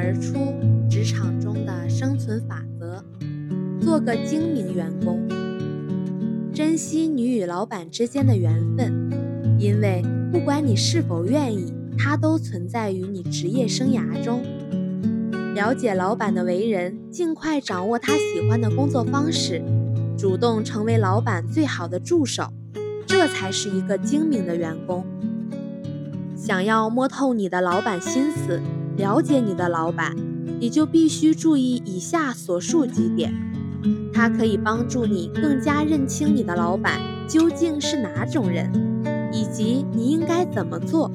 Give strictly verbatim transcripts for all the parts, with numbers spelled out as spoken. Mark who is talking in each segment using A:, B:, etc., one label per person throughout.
A: 而出职场中的生存法则：做个精明员工，珍惜你与老板之间的缘分，因为不管你是否愿意，它都存在于你职业生涯中。了解老板的为人，尽快掌握他喜欢的工作方式，主动成为老板最好的助手，这才是一个精明的员工。想要摸透你的老板心思，了解你的老板，你就必须注意以下所述几点，它可以帮助你更加认清你的老板究竟是哪种人，以及你应该怎么做。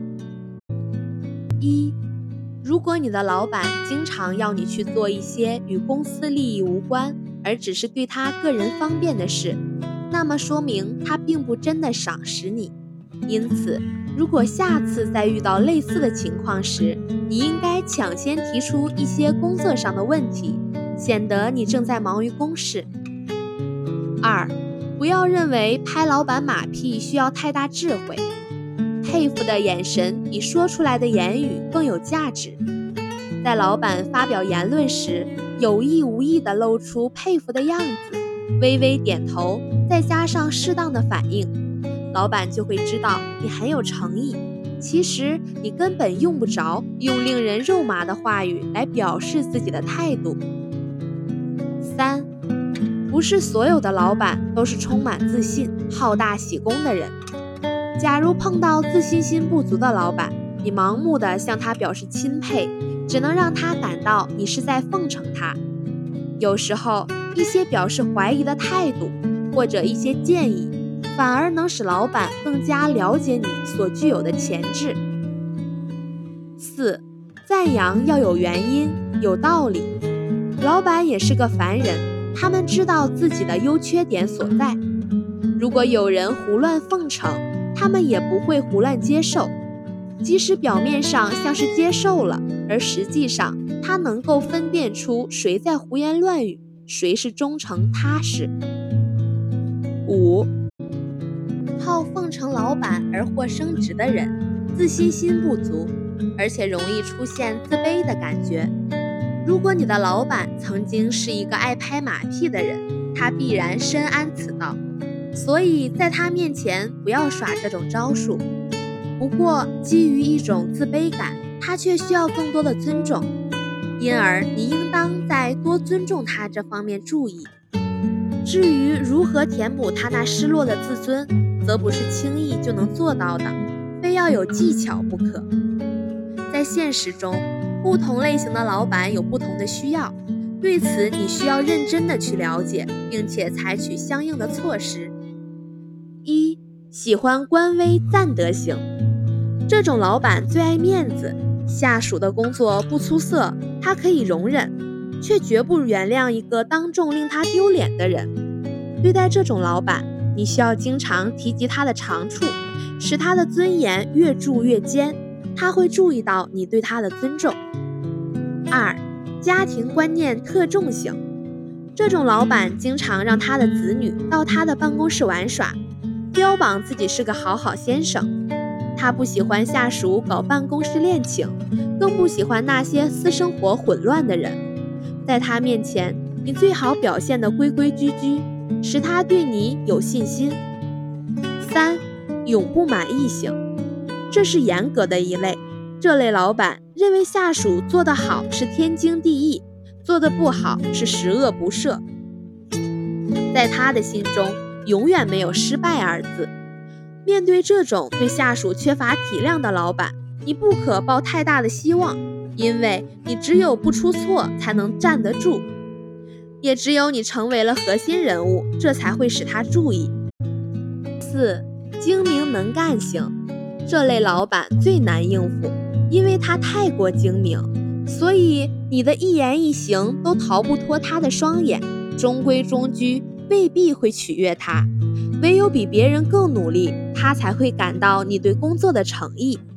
A: 一，如果你的老板经常要你去做一些与公司利益无关，而只是对他个人方便的事，那么说明他并不真的赏识你。因此，如果下次再遇到类似的情况时，你应该抢先提出一些工作上的问题，显得你正在忙于公事。二，不要认为拍老板马屁需要太大智慧，佩服的眼神比说出来的言语更有价值。在老板发表言论时，有意无意地露出佩服的样子，微微点头，再加上适当的反应，老板就会知道你很有诚意。其实你根本用不着用令人肉麻的话语来表示自己的态度。三，不是所有的老板都是充满自信、好大喜功的人。假如碰到自信心不足的老板，你盲目地向他表示钦佩，只能让他感到你是在奉承他。有时候，一些表示怀疑的态度，或者一些建议，反而能使老板更加了解你所具有的潜质。四，赞扬要有原因、有道理。老板也是个凡人，他们知道自己的优缺点所在。如果有人胡乱奉承，他们也不会胡乱接受。即使表面上像是接受了，而实际上他能够分辨出谁在胡言乱语，谁是忠诚踏实。五，靠奉承老板而获升职的人，自信心不足，而且容易出现自卑的感觉。如果你的老板曾经是一个爱拍马屁的人，他必然深谙此道，所以在他面前不要耍这种招数。不过基于一种自卑感，他却需要更多的尊重，因而你应当在多尊重他这方面注意。至于如何填补他那失落的自尊，则不是轻易就能做到的，非要有技巧不可。在现实中，不同类型的老板有不同的需要，对此你需要认真的去了解，并且采取相应的措施。一，喜欢官威赞德型。这种老板最爱面子，下属的工作不出色，他可以容忍，却绝不原谅一个当众令他丢脸的人。对待这种老板，你需要经常提及他的长处，使他的尊严越铸越坚，他会注意到你对他的尊重。二，家庭观念特重型。这种老板经常让他的子女到他的办公室玩耍，标榜自己是个好好先生。他不喜欢下属搞办公室恋情，更不喜欢那些私生活混乱的人。在他面前，你最好表现得规规矩矩，使他对你有信心。三，永不满意型。这是严格的一类，这类老板认为下属做得好是天经地义，做得不好是十恶不赦。在他的心中，永远没有失败二字。面对这种对下属缺乏体谅的老板，你不可抱太大的希望，因为你只有不出错才能站得住，也只有你成为了核心人物，这才会使他注意。四，精明能干型。这类老板最难应付，因为他太过精明，所以你的一言一行都逃不脱他的双眼，中规中矩未必会取悦他。唯有比别人更努力，他才会感到你对工作的诚意。